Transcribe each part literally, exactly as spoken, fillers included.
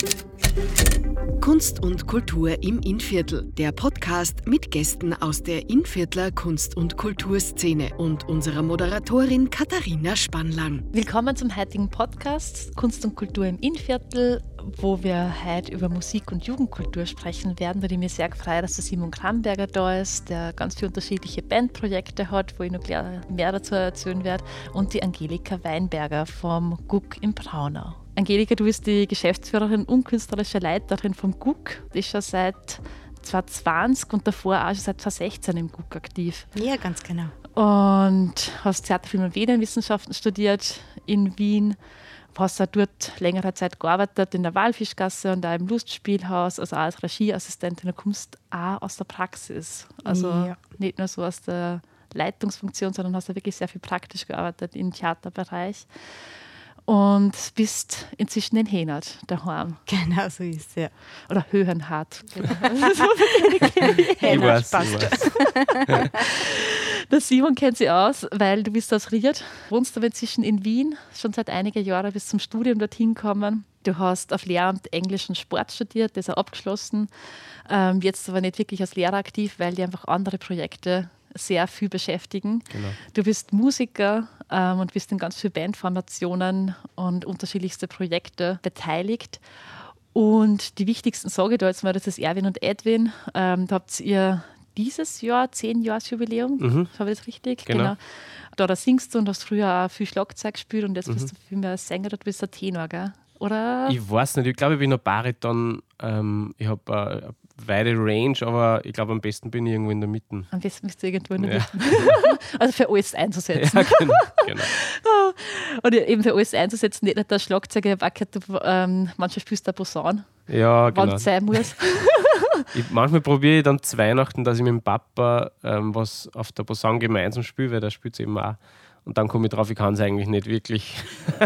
Kunst und Kultur im Innviertel, der Podcast mit Gästen aus der Innviertler Kunst- und Kulturszene und unserer Moderatorin Katharina Spannlang. Willkommen zum heutigen Podcast Kunst und Kultur im Innviertel, wo wir heute über Musik- und Jugendkultur sprechen werden, weil ich mich sehr freue, dass der Simon Kramberger da ist, der ganz viele unterschiedliche Bandprojekte hat, wo ich noch mehr dazu erzählen werde, und die Angelika Weinberger vom G U K in Braunau. Angelika, du bist die Geschäftsführerin und künstlerische Leiterin vom G U K. Du bist schon seit zwanzig zwanzig und davor auch schon seit zwanzig sechzehn im G U K aktiv. Ja, ganz genau. Und hast Theater, Film und Medienwissenschaften studiert in Wien. Hast auch dort längere Zeit gearbeitet in der Walfischgasse und auch im Lustspielhaus, also auch als Regieassistentin. Du kommst auch aus der Praxis. Also ja. Nicht nur so aus der Leitungsfunktion, sondern hast auch wirklich sehr viel praktisch gearbeitet im Theaterbereich. Und bist inzwischen in Henert daheim. Genau so ist es, ja. Oder Höhenhardt. Genau. Henert passt das. Der Simon kennt sie aus, weil du bist aus Ried, wohnst aber inzwischen in Wien, schon seit einigen Jahren, bist zum Studium dorthin gekommen. Du hast auf Lehramt Englisch und Sport studiert, das auch abgeschlossen. Ähm, jetzt aber nicht wirklich als Lehrer aktiv, weil die einfach andere Projekte sehr viel beschäftigen. Genau. Du bist Musiker ähm, und bist in ganz vielen Bandformationen und unterschiedlichste Projekte beteiligt. Und die wichtigsten sage ich da jetzt mal, das ist Erwin und Edwin. Ähm, da habt ihr dieses Jahr zehn-Jahres-Jubiläum, Mhm. habe ich das richtig? Genau. Da, da singst du und hast früher auch viel Schlagzeug gespielt und jetzt Mhm. bist du viel mehr Sänger, du bist ein Tenor, gell? Oder? Ich weiß nicht, ich glaube, ich bin ein Bariton. Ähm, ich habe äh, eine weite Range, aber ich glaube, am besten bin ich irgendwo in der Mitte. Am besten bist du irgendwo in der Ja. Mitte. Also für alles einzusetzen. Ja, genau. genau. Und eben für alles einzusetzen, nicht nur das Schlagzeug, ich habe auch gehört, du, ähm, manchmal spielst du eine Posaune, Ja, wenn genau. es sein muss. Ich, manchmal probiere ich dann zu Weihnachten, dass ich mit dem Papa ähm, was auf der Posaune gemeinsam spiele, weil der spielt es eben auch. Und dann komme ich drauf, ich kann es eigentlich nicht wirklich.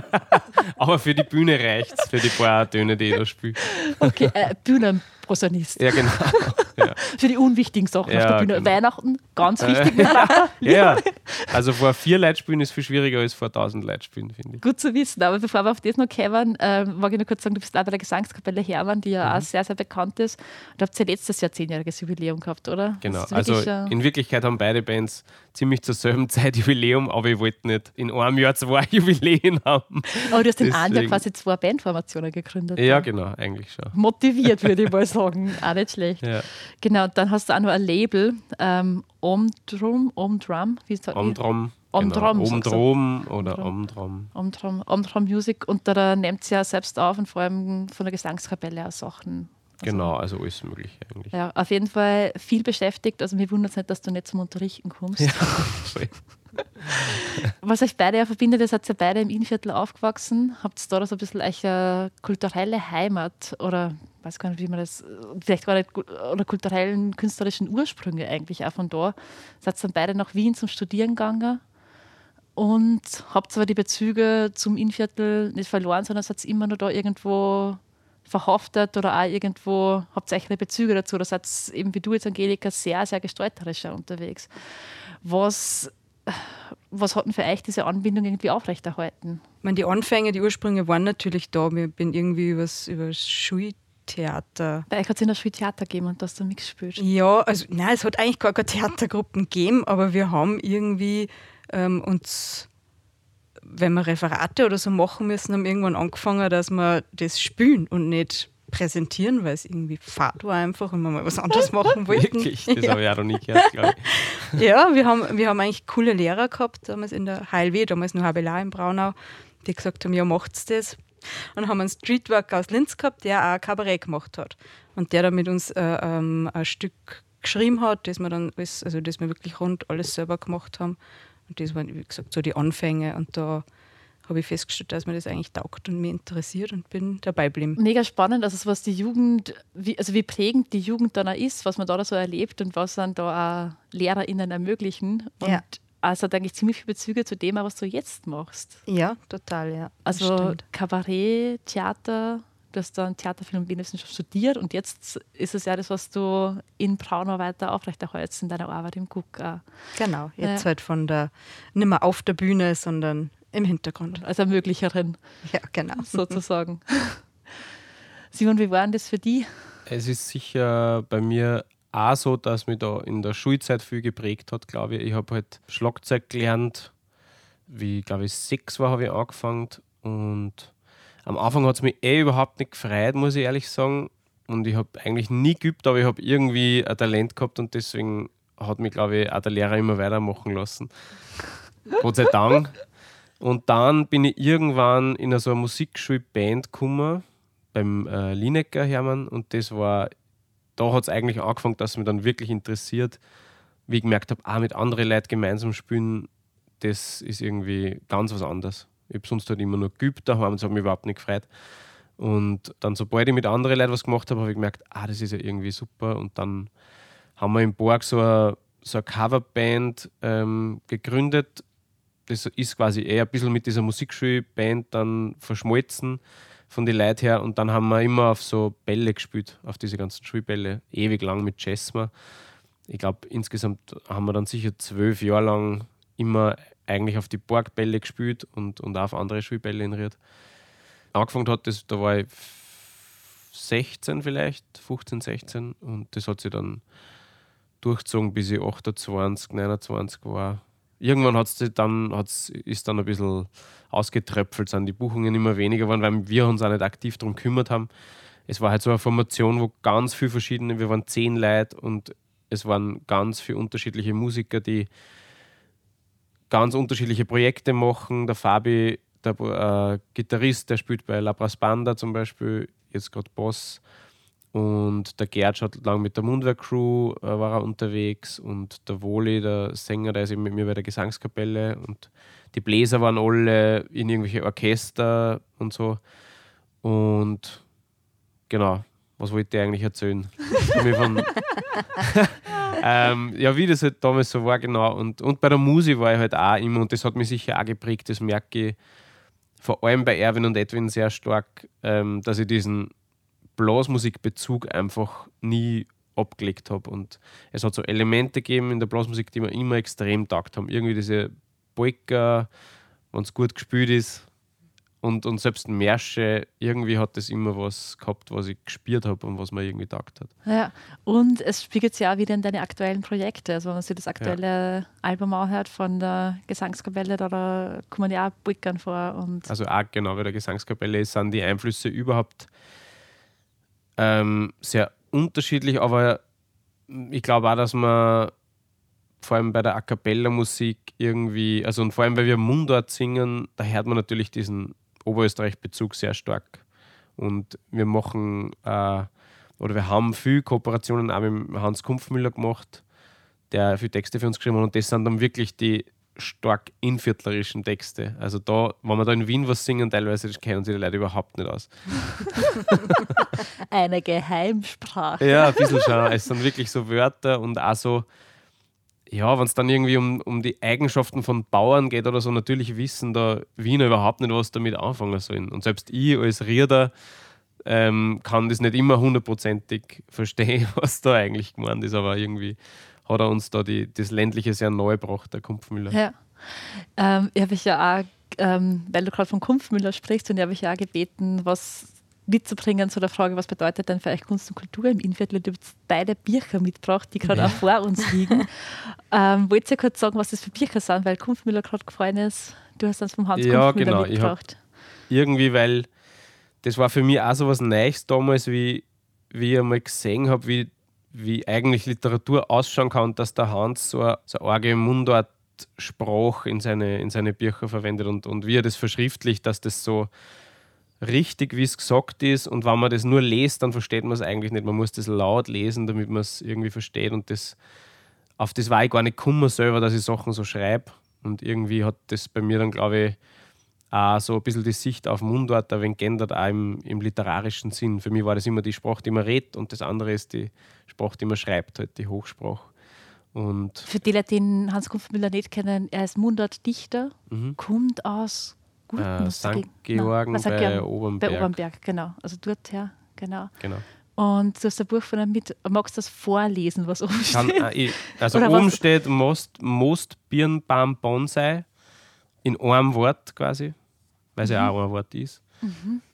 Aber für die Bühne reicht es, für die paar Töne, die ich da spiele. Okay, äh, Bühnenposaunist. Ja, genau. Ja. Für die unwichtigen Sachen Ja, auf der Bühne. genau. Weihnachten, ganz Äh, wichtig. Ja, also vor vier Leuten spielen ist viel schwieriger als vor tausend Leuten spielen, finde ich. Gut zu wissen, aber bevor wir auf das noch kommen, äh, mag ich noch kurz sagen, du bist auch bei der Gesangskapelle Hermann, die ja Mhm. auch sehr, sehr bekannt ist. Und habt ihr letztes Jahr zehnjähriges Jubiläum gehabt, oder? Genau, Das ist also wirklich, äh, in Wirklichkeit haben beide Bands ziemlich zur selben Zeit Jubiläum, aber ich wollte nicht in einem Jahr zwei Jubiläen haben. aber du hast in einem Jahr deswegen- quasi zwei Bandformationen gegründet. Ja, genau, eigentlich schon. Motiviert, würde ich mal sagen. Auch nicht schlecht. Ja. Genau, und dann hast du auch noch ein Label, ähm, Omdrum, Omdrum, wie ist das? Omdrom, Omdrom, genau. sagst du. Omdrom oder Omdrom. Omdrom. Omdrum, Omdrum Music, und da nehmt sie ja selbst auf und vor allem von der Gesangskapelle auch Sachen. Also, Genau, also alles Mögliche eigentlich. Ja, auf jeden Fall viel beschäftigt. Also mir wundert es nicht, dass du nicht zum Unterrichten kommst. Ja, voll. Was euch beide ja verbindet, ihr seid ja beide im Innviertel aufgewachsen. Habt ihr da so ein bisschen eure kulturelle Heimat oder weiß gar nicht, wie man das, vielleicht gar nicht, oder kulturellen, künstlerischen Ursprünge eigentlich auch von da. Seid dann beide nach Wien zum Studieren gegangen und habt aber die Bezüge zum Innviertel nicht verloren, sondern seid immer noch da irgendwo verhaftet oder auch irgendwo habt ihr eure Bezüge dazu. Oder seid eben wie du jetzt, Angelika, sehr, sehr gestalterischer unterwegs. Was, was hat denn für euch diese Anbindung irgendwie aufrechterhalten? Ich meine, die Anfänge, die Ursprünge waren natürlich da. Ich bin irgendwie übers, übers Schultheater. Bei euch hat es in der Schule Theater gegeben und da hast du mitgespielt. Ja, also nein, es hat eigentlich gar keine Theatergruppen gegeben, aber wir haben irgendwie ähm, uns, wenn wir Referate oder so machen müssen, haben irgendwann angefangen, dass wir das spielen und nicht präsentieren, weil es irgendwie fad war einfach und wir mal was anderes machen wollten. Wirklich, das Ja. habe ich auch noch nie gehört, glaube ich. Ja, wir haben, wir haben eigentlich coole Lehrer gehabt, damals in der H L W, damals noch H B L A in Braunau, die gesagt haben, ja, macht's das. Und dann haben wir einen Streetworker aus Linz gehabt, der auch Kabarett gemacht hat. Und der dann mit uns äh, ähm, ein Stück geschrieben hat, das wir dann alles, also das wir wirklich rund alles selber gemacht haben. Und das waren, wie gesagt, so die Anfänge. Und da habe ich festgestellt, dass mir das eigentlich taugt und mich interessiert und bin dabei geblieben. Mega spannend, also was die Jugend, wie, also wie prägend die Jugend dann auch ist, was man da so erlebt und was dann da auch LehrerInnen ermöglichen. Und Ja. also hat eigentlich ziemlich viele Bezüge zu dem, was du jetzt machst. Ja, total, ja. Das Also stimmt. Kabarett, Theater, du hast dann Theater, Film und Medienwissenschaft studiert und jetzt ist es ja das, was du in Braunau weiter aufrechterhältst in deiner Arbeit im G U K auch. Genau, jetzt Ja. halt von der, nicht mehr auf der Bühne, sondern im Hintergrund. Als Ermöglicherin Ja, genau. sozusagen. Simon, wie war denn das für dich? Es ist sicher bei mir auch so, dass mich da in der Schulzeit viel geprägt hat, glaube ich. Ich habe halt Schlagzeug gelernt, wie, glaube ich, sechs war, habe ich angefangen. Und am Anfang hat es mich eh überhaupt nicht gefreut, muss ich ehrlich sagen. Und ich habe eigentlich nie geübt, aber ich habe irgendwie ein Talent gehabt und deswegen hat mich, glaube ich, auch der Lehrer immer weitermachen lassen. Gott sei Dank. Und dann bin ich irgendwann in so eine Musikschulband gekommen, beim äh, Lineker Hermann. Und das war, da hat es eigentlich angefangen, dass es mich dann wirklich interessiert, wie ich gemerkt habe, auch mit anderen Leuten gemeinsam spielen, das ist irgendwie ganz was anderes. Ich habe sonst halt immer nur geübt daheim, das hat mich überhaupt nicht gefreut. Und dann, sobald ich mit anderen Leuten was gemacht habe, habe ich gemerkt, ah, das ist ja irgendwie super. Und dann haben wir im Borg so eine, so eine Coverband ähm, gegründet. Das ist quasi eher ein bisschen mit dieser Musikschulband dann verschmolzen von den Leuten her. Und dann haben wir immer auf so Bälle gespielt, auf diese ganzen Schulbälle, ewig lang mit Chessma. Ich glaube, insgesamt haben wir dann sicher zwölf Jahre lang immer eigentlich auf die Borgbälle gespielt und, und auch auf andere Schulbälle in Ried. Angefangen hat das, da war ich sechzehn vielleicht, fünfzehn, sechzehn und das hat sich dann durchgezogen, bis ich achtundzwanzig, neunundzwanzig war. Irgendwann hat's dann, hat's, ist dann ein bisschen ausgetröpfelt, sind die Buchungen immer weniger geworden, weil wir uns auch nicht aktiv darum gekümmert haben. Es war halt so eine Formation, wo ganz viele verschiedene, wir waren zehn Leute und es waren ganz viele unterschiedliche Musiker, die ganz unterschiedliche Projekte machen. Der Fabi, der äh, Gitarrist, der spielt bei La Brass Banda zum Beispiel, jetzt gerade Boss. Und der Gerd hat lange mit der Mundwerk-Crew äh, war er unterwegs. Und der Woli, der Sänger, der ist eben mit mir bei der Gesangskapelle. Und die Bläser waren alle in irgendwelche Orchester und so. Und genau, was wollte ich eigentlich erzählen? von ähm, ja, wie das halt damals so war, genau. Und, und bei der Musik war ich halt auch immer, und das hat mich sicher auch geprägt, das merke ich vor allem bei Erwin und Edwin sehr stark, ähm, dass ich diesen Blasmusikbezug einfach nie abgelegt habe. Und es hat so Elemente gegeben in der Blasmusik, die mir immer extrem taugt haben. Irgendwie diese Polka, wenn es gut gespielt ist. Und, und selbst Märsche, irgendwie hat das immer was gehabt, was ich gespürt habe und was mir irgendwie taugt hat. Ja, und es spiegelt sich auch wieder in deine aktuellen Projekte. Also wenn man sich das aktuelle ja. Album anhört von der Gesangskapelle, da kommen ja auch Polkern vor. Und also auch genau, bei der Gesangskapelle sind die Einflüsse überhaupt ähm, sehr unterschiedlich, aber ich glaube auch, dass man vor allem bei der A-Cappella-Musik irgendwie, also und vor allem, weil wir Mundart singen, da hört man natürlich diesen Oberösterreich-Bezug sehr stark. Und wir machen, äh, oder wir haben viel Kooperationen auch mit Hans Kumpfmüller gemacht, der viele Texte für uns geschrieben hat. Und das sind dann wirklich die stark inviertlerischen Texte. Also da, wenn wir da in Wien was singen, teilweise das kennen sich die Leute überhaupt nicht aus. Eine Geheimsprache. Ja, ein bisschen schon. Es sind wirklich so Wörter und auch so, ja, wenn es dann irgendwie um, um die Eigenschaften von Bauern geht oder so, natürlich wissen da Wiener überhaupt nicht, was damit anfangen sollen. Und selbst ich als Rieder ähm, kann das nicht immer hundertprozentig verstehen, was da eigentlich gemeint ist, aber irgendwie hat er uns da die, das Ländliche sehr neu gebracht, der Kumpfmüller. Ja, ähm, ich habe ich ja auch, ähm, weil du gerade von Kumpfmüller sprichst, und ich habe ich ja auch gebeten, was mitzubringen zu der Frage, was bedeutet denn für euch Kunst und Kultur im Innviertel? Du hast beide Bücher mitgebracht, die gerade ja. auch vor uns liegen. ähm, wollt ihr kurz sagen, was das für Bücher sind, weil Kumpfmüller gerade gefallen ist? Du hast uns vom Hans ja, Kumpfmüller genau. mitgebracht. Irgendwie, weil das war für mich auch so was Neues damals, wie, wie ich einmal gesehen habe, wie, wie eigentlich Literatur ausschauen kann, dass der Hans so eine, so eine arge Mundartsprache in seine, in seine Bücher verwendet und, und wie er das verschriftlicht, dass das so richtig, wie es gesagt ist, und wenn man das nur liest, dann versteht man es eigentlich nicht. Man muss das laut lesen, damit man es irgendwie versteht, und das, auf das war ich gar nicht gekommen selber, dass ich Sachen so schreibe, und irgendwie hat das bei mir dann, glaube ich, auch so ein bisschen die Sicht auf Mundart ein wenig geändert, auch im, im literarischen Sinn. Für mich war das immer die Sprache, die man redet, und das andere ist die Sprache, die man schreibt, halt die Hochsprache. Und für die Leute, die Hans Kumpfmüller nicht kennen, er ist Mundartdichter, mhm. kommt aus Äh, Sankt Georgen Nein, bei Georgen, Obernberg. Bei Obernberg, genau. Also dort her, genau. genau. Und du hast ein Buch von ihm mit. Magst du das vorlesen, was oben Kann, steht? Äh, ich, also Oder oben was? steht Most, Most Birnbaum Bonsai in einem Wort quasi, weil es mhm. ja auch ein Wort ist. Mhm.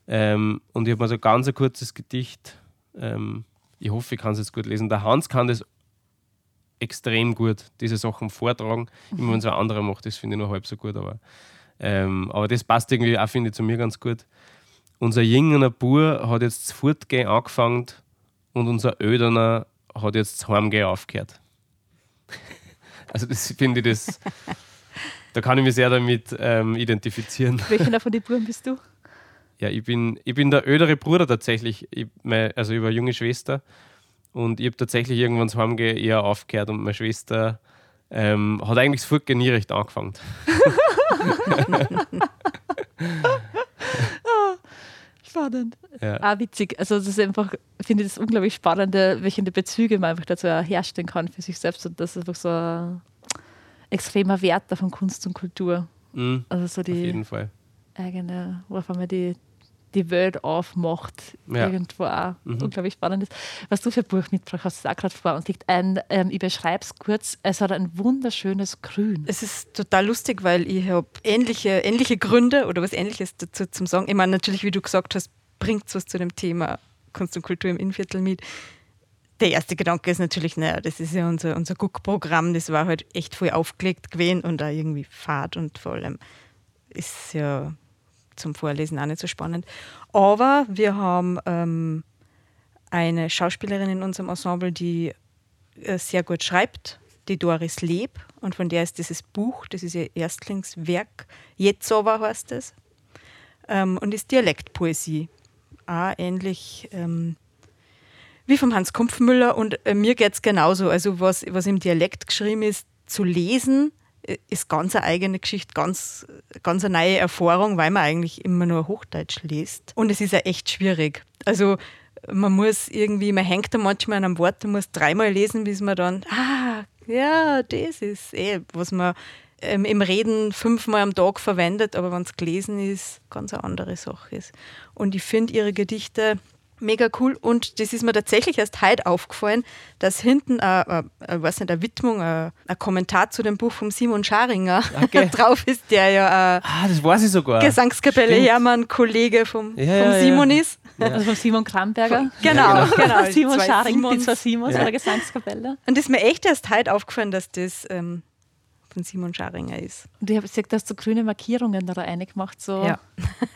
Ähm, und ich habe mal so ganz ein kurzes Gedicht, ähm, ich hoffe, ich kann es jetzt gut lesen. Der Hans kann das extrem gut, diese Sachen vortragen. Mhm. Immer wenn es ein anderer macht, das finde ich noch halb so gut. Aber, ähm, aber das passt irgendwie auch, finde ich, zu mir ganz gut. Unser jüngerer Bub hat jetzt das Fortgehen angefangen und unser Öderner hat jetzt das Heimgehen aufgehört. Also das finde ich, das, da kann ich mich sehr damit ähm, identifizieren. Welcher von den Buben bist du? Ja, ich bin, ich bin der ödere Bruder tatsächlich. Ich, mein, also ich habe eine junge Schwester und ich habe tatsächlich irgendwann das Heimgehen eher aufgehört und meine Schwester ähm, hat eigentlich das Fortgehen nie recht angefangen. oh, spannend. Ja. Ah, witzig. Also das ist einfach, ich finde das unglaublich spannend, welche Bezüge man einfach dazu herstellen kann für sich selbst und das ist einfach so ein extremer Wert von Kunst und Kultur. Mhm, also so die auf jeden Fall. Eigene, wo auf einmal die, die Welt aufmacht, ja. irgendwo auch mhm. unglaublich spannend ist. Was du für ein Buch mitgebracht hast, ist auch gerade vor uns liegt ein, ähm, ich beschreibe es kurz, es hat ein wunderschönes Grün. Es ist total lustig, weil ich habe ähnliche, ähnliche Gründe oder was Ähnliches dazu zum Sagen. Ich meine, natürlich, wie du gesagt hast, bringt es was zu dem Thema Kunst und Kultur im Innviertel mit. Der erste Gedanke ist natürlich, naja, das ist ja unser, unser Guckprogramm, das war halt echt voll aufgelegt gewesen und auch irgendwie fad und vor allem ist ja zum Vorlesen auch nicht so spannend. Aber wir haben ähm, eine Schauspielerin in unserem Ensemble, die äh, sehr gut schreibt, die Doris Leb. Und von der ist dieses Buch, das ist ihr Erstlingswerk, Jetzt aber heißt es. Ähm, und ist Dialektpoesie. Auch ähnlich ähm, wie vom Hans Kumpfmüller. Und äh, mir geht es genauso. Also was, was im Dialekt geschrieben ist, zu lesen, ist ganz eine eigene Geschichte, ganz, ganz eine neue Erfahrung, weil man eigentlich immer nur Hochdeutsch liest. Und es ist ja echt schwierig. Also man muss irgendwie, man hängt da manchmal an einem Wort, man muss dreimal lesen, bis man dann, ah, ja, das ist eh, was man ähm, im Reden fünfmal am Tag verwendet, aber wenn es gelesen ist, ganz eine andere Sache ist. Und ich finde ihre Gedichte mega cool und das ist mir tatsächlich erst heute aufgefallen, dass hinten eine, eine, weiß nicht, eine Widmung, ein Kommentar zu dem Buch von Simon Scharinger okay. drauf ist, der ja ah, das weiß ich sogar. Gesangskapelle Stimmt. Hermann, Kollege vom, ja, vom ja, Simon ja. ist. Ja. Also von Simon Kramberger. Genau, ja, genau. genau. Simon Scharing, die zwei Simons ja. oder Gesangskapelle. Und das ist mir echt erst heute aufgefallen, dass das ähm, von Simon Scharinger ist. Und ich habe gesagt, dass du grüne Markierungen da rein gemacht, so, ja.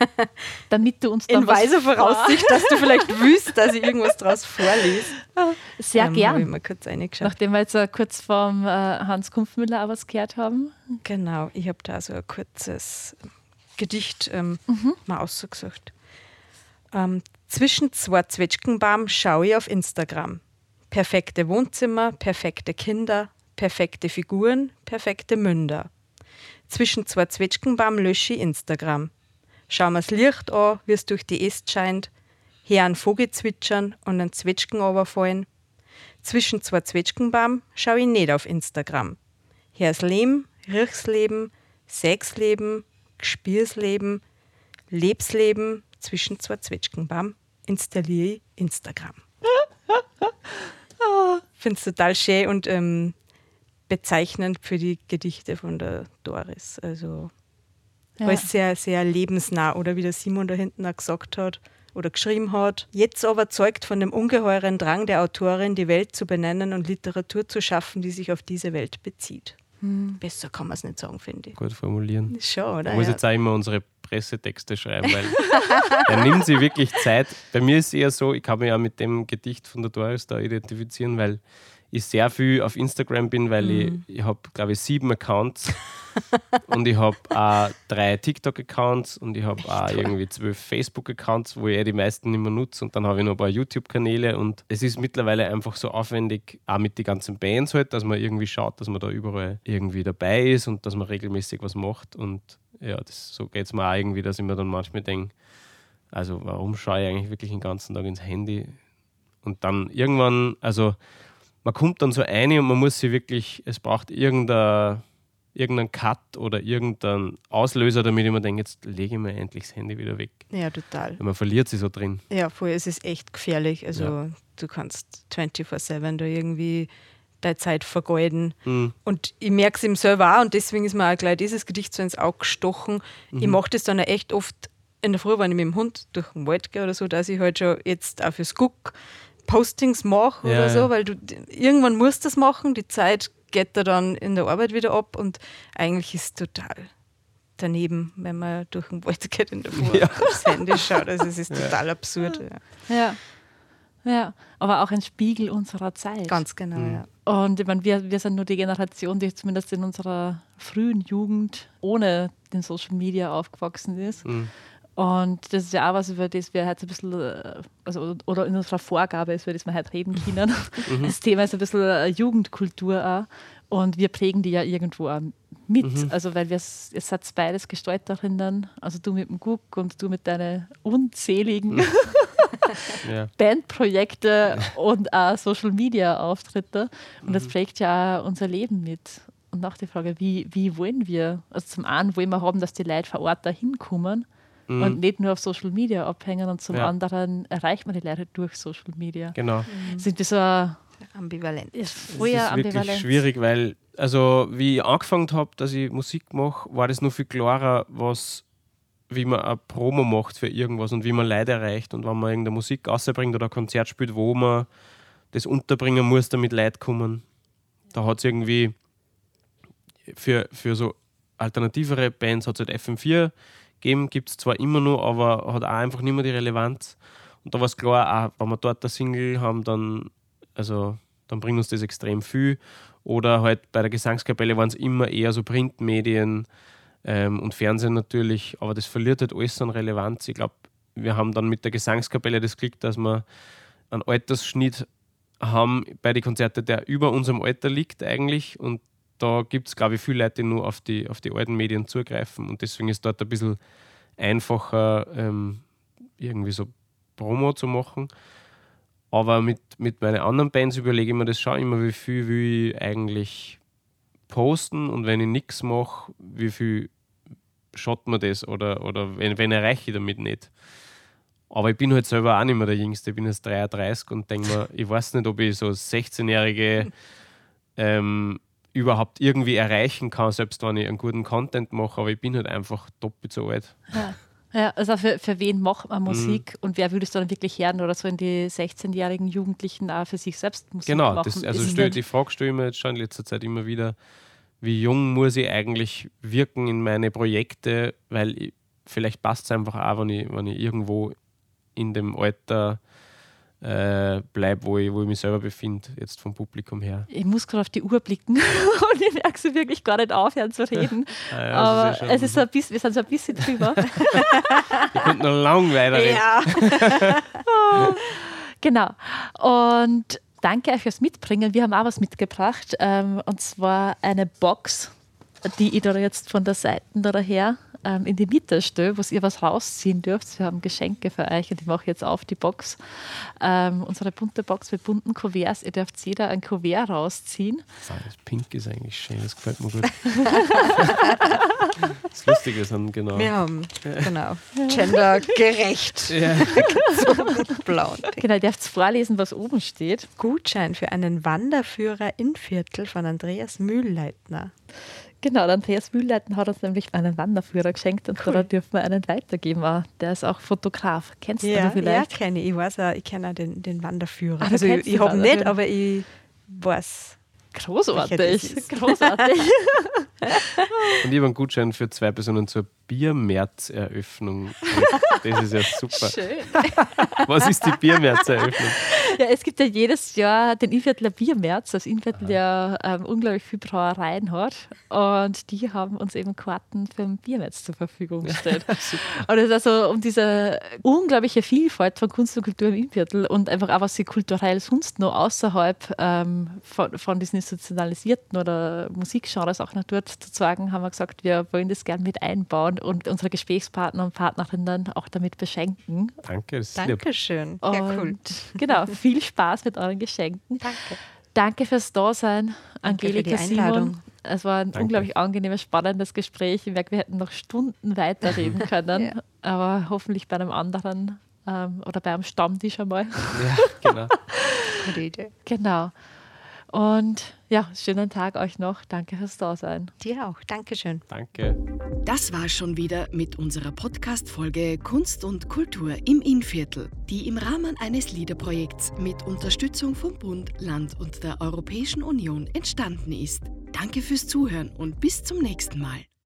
damit du uns dann in weiser Voraussicht, dass du vielleicht wüsst, dass ich irgendwas draus vorlese. Sehr ähm, gern. Habe ich mal kurz reingeschaut. Nachdem wir jetzt uh, kurz vom uh, Hans Kumpfmüller auch was gehört haben. Genau, ich habe da so ein kurzes Gedicht ähm, mhm. mal ausgesucht. Ähm, zwischen zwei Zwetschgenbaum schaue ich auf Instagram. Perfekte Wohnzimmer, perfekte Kinder, perfekte Figuren, perfekte Münder. Zwischen zwei Zwetschgenbaum lösche ich Instagram. Schau mir's Licht an, wie es durch die Äste scheint. Hör einen Vogel zwitschern und einen Zwetschgen runterfallen. Zwischen zwei Zwetschgenbaum schau ich nicht auf Instagram. Hör's Leben, riech's Leben, säg's Leben, gspür's Leben, leb's Leben. Zwischen zwei Zwetschgenbaum installiere ich Instagram. Ich finde es total schön und ähm, bezeichnend für die Gedichte von der Doris. Also ja. alles sehr, sehr lebensnah. Oder wie der Simon da hinten auch gesagt hat oder geschrieben hat. Jetzt aber zeugt von dem ungeheuren Drang der Autorin, die Welt zu benennen und Literatur zu schaffen, die sich auf diese Welt bezieht. Hm. Besser kann man es nicht sagen, finde ich. Gut formulieren. Schon, oder? Ich muss ja. jetzt auch immer unsere Pressetexte schreiben, weil er nimmt sich wirklich Zeit. Bei mir ist es eher so, ich kann mich auch mit dem Gedicht von der Doris da identifizieren, weil ich sehr viel auf Instagram bin, weil mhm. ich, ich habe, glaube ich, sieben Accounts und ich habe auch drei TikTok-Accounts und ich habe auch irgendwie zwölf Facebook-Accounts, wo ich eh die meisten nicht mehr nutze und dann habe ich noch ein paar YouTube-Kanäle und es ist mittlerweile einfach so aufwendig, auch mit den ganzen Bands halt, dass man irgendwie schaut, dass man da überall irgendwie dabei ist und dass man regelmäßig was macht und ja, das, so geht es mir auch irgendwie, dass ich mir dann manchmal denke, also warum schaue ich eigentlich wirklich den ganzen Tag ins Handy und dann irgendwann, also man kommt dann so rein und man muss sich wirklich, es braucht irgendein, irgendeinen Cut oder irgendeinen Auslöser, damit ich mir denke, jetzt lege ich mir endlich das Handy wieder weg. Ja, total. Weil man verliert sich so drin. Ja, voll, es ist echt gefährlich. Also ja. du kannst vierundzwanzig sieben da irgendwie deine Zeit vergeuden. Mhm. Und ich merke es ihm selber auch und deswegen ist mir auch gleich dieses Gedicht so ins Auge gestochen. Mhm. Ich mache das dann auch echt oft in der Früh, wenn ich mit dem Hund durch den Wald gehe oder so, dass ich halt schon jetzt auch fürs Guck Postings mache Ja, oder so, ja. weil du irgendwann musst du das machen, die Zeit geht da dann in der Arbeit wieder ab und eigentlich ist es total daneben, wenn man durch den Wald geht in der Früh Ja. aufs Handy schaut. Also es ist total absurd. Ja. Ja. Ja, aber auch ein Spiegel unserer Zeit. Ganz genau, Mhm. ja. Und ich meine, wir, wir sind nur die Generation, die zumindest in unserer frühen Jugend ohne den Social Media aufgewachsen ist. Mhm. Und das ist ja auch was, über das wir heute ein bisschen, äh, also, oder in unserer Vorgabe ist, über das wir heute reden können. Das Thema ist ein bisschen äh, Jugendkultur auch. Und wir prägen die ja irgendwo auch mit. Mhm. Also, weil wir, ihr seid beides Gestalterinnen, also du mit dem Guck und du mit deinen unzähligen Ja. Bandprojekte und auch Social Media Auftritte. Und das Mhm. prägt ja auch unser Leben mit. Und auch die Frage, wie, wie wollen wir? Also zum einen wollen wir haben, dass die Leute vor Ort da hinkommen Mhm. und nicht nur auf Social Media abhängen. Und zum Ja. anderen erreicht man die Leute durch Social Media. Genau. Sind wir so ein Ambivalent. ist Das früher ist wirklich ambivalent. schwierig, weil, also wie ich angefangen habe, dass ich Musik mache, war das noch viel klarer, was, wie man eine Promo macht für irgendwas und wie man Leute erreicht und wenn man irgendeine Musik rausbringt oder ein Konzert spielt, wo man das unterbringen muss, damit Leute kommen. Da hat es irgendwie für, für so alternativere Bands hat es halt F M vier gegeben, gibt es zwar immer noch, aber hat auch einfach nicht mehr die Relevanz. Und da war es klar, auch wenn wir dort eine Single haben, dann, also, dann bringt uns das extrem viel. Oder halt bei der Gesangskapelle waren es immer eher so Printmedien ähm, und Fernsehen natürlich, aber das verliert halt alles an Relevanz. Ich glaube, wir haben dann mit der Gesangskapelle das Glück, dass wir einen Altersschnitt haben bei den Konzerten, der über unserem Alter liegt eigentlich. Und da gibt es, glaube ich, viele Leute, die nur auf die, auf die alten Medien zugreifen. Und deswegen ist dort ein bisschen einfacher, ähm, irgendwie so Promo zu machen. Aber mit, mit meinen anderen Bands überlege ich mir das schon immer, wie viel will ich eigentlich posten und wenn ich nichts mache, wie viel schaut mir das oder, oder wenn, wenn erreiche ich damit nicht. Aber ich bin halt selber auch nicht mehr der Jüngste, ich bin jetzt dreiunddreißig und denke mir, ich weiß nicht, ob ich so sechzehnjährige ähm, überhaupt irgendwie erreichen kann, selbst wenn ich einen guten Content mache, aber ich bin halt einfach doppelt so alt. Ja. Ja, also für, für wen macht man Musik Mhm. und wer würde es dann wirklich hören oder sollen die sechzehnjährigen Jugendlichen auch für sich selbst Musik Genau, machen? das, also Ist stell, nicht- die Frage stelle ich mir jetzt schon in letzter Zeit immer wieder, wie jung muss ich eigentlich wirken in meine Projekte, weil ich, vielleicht passt es einfach auch, wenn ich, wenn ich irgendwo in dem Alter äh, bleibe, wo ich, wo ich mich selber befinde, jetzt vom Publikum her. Ich muss gerade auf die Uhr blicken und ich merke so wirklich gar nicht aufhören zu reden. Ah ja, Aber das ist ja es schon- ist so ein bisschen, wir sind so ein bisschen drüber. Ich könnte noch lang weiterreden. Ja. Genau. Und danke euch fürs Mitbringen. Wir haben auch was mitgebracht. Ähm, und zwar eine Box, die ich da jetzt von der Seite da daher ähm, in die Mitte stelle, wo ihr was rausziehen dürft. Wir haben Geschenke für euch und ich mache jetzt auf die Box. Ähm, unsere bunte Box mit bunten Kuverts. Ihr dürft jeder ein Kuvert rausziehen. Ah, das Pink ist eigentlich schön, das gefällt mir gut. Das Lustige ist dann, genau. Wir haben, genau, gendergerecht. Ja. So mit blau. Genau, ihr dürft vorlesen, was oben steht. Gutschein für einen Wanderführer in Viertel von Andreas Mühlleitner. Genau, der Andreas Mühlleitner hat uns nämlich einen Wanderführer geschenkt und Cool. da dürfen wir einen weitergeben. Auch. Der ist auch Fotograf. Kennst du Ja, den ja vielleicht? kenne ich. Ich weiß auch, ich kenne auch den, den Wanderführer. Ah, du also ich, kennst ich den habe ihn nicht, Wanderführer. aber ich weiß. Großartig, Welcher das ist. großartig. Und ich habe einen Gutschein für zwei Personen zur Biermärz-Eröffnung. Das ist ja super. Schön. Was ist die Biermärz-Eröffnung? Ja, es gibt ja jedes Jahr den Innviertler Biermärz, das Innviertel ja ähm, unglaublich viele Brauereien hat. Und die haben uns eben Karten für den Biermärz zur Verfügung gestellt. Und es ist also um diese unglaubliche Vielfalt von Kunst und Kultur im Innviertel und einfach auch, was sie kulturell sonst noch außerhalb ähm, von, von diesen institutionalisierten oder Musikgenres auch noch dort zu sagen, haben wir gesagt, wir wollen das gerne mit einbauen und unsere Gesprächspartner und Partnerinnen auch damit beschenken. Danke, das ist lieb. Dankeschön. Ja, Und cool. genau, viel Spaß mit euren Geschenken. Danke. Danke fürs Dasein, Danke für Angelika, die Einladung. Simon. Es war ein Danke. unglaublich angenehmes, spannendes Gespräch. Ich merke, wir hätten noch Stunden weiterreden können, Ja. aber hoffentlich bei einem anderen ähm, oder bei einem Stammtisch einmal. Ja, genau. Gute Idee. Genau. Und ja, schönen Tag euch noch. Danke fürs Dasein. Dir auch. Dankeschön. Danke. Das war schon wieder mit unserer Podcast-Folge Kunst und Kultur im Innviertel, die im Rahmen eines LIDA-Projekts mit Unterstützung vom Bund, Land und der Europäischen Union entstanden ist. Danke fürs Zuhören und bis zum nächsten Mal.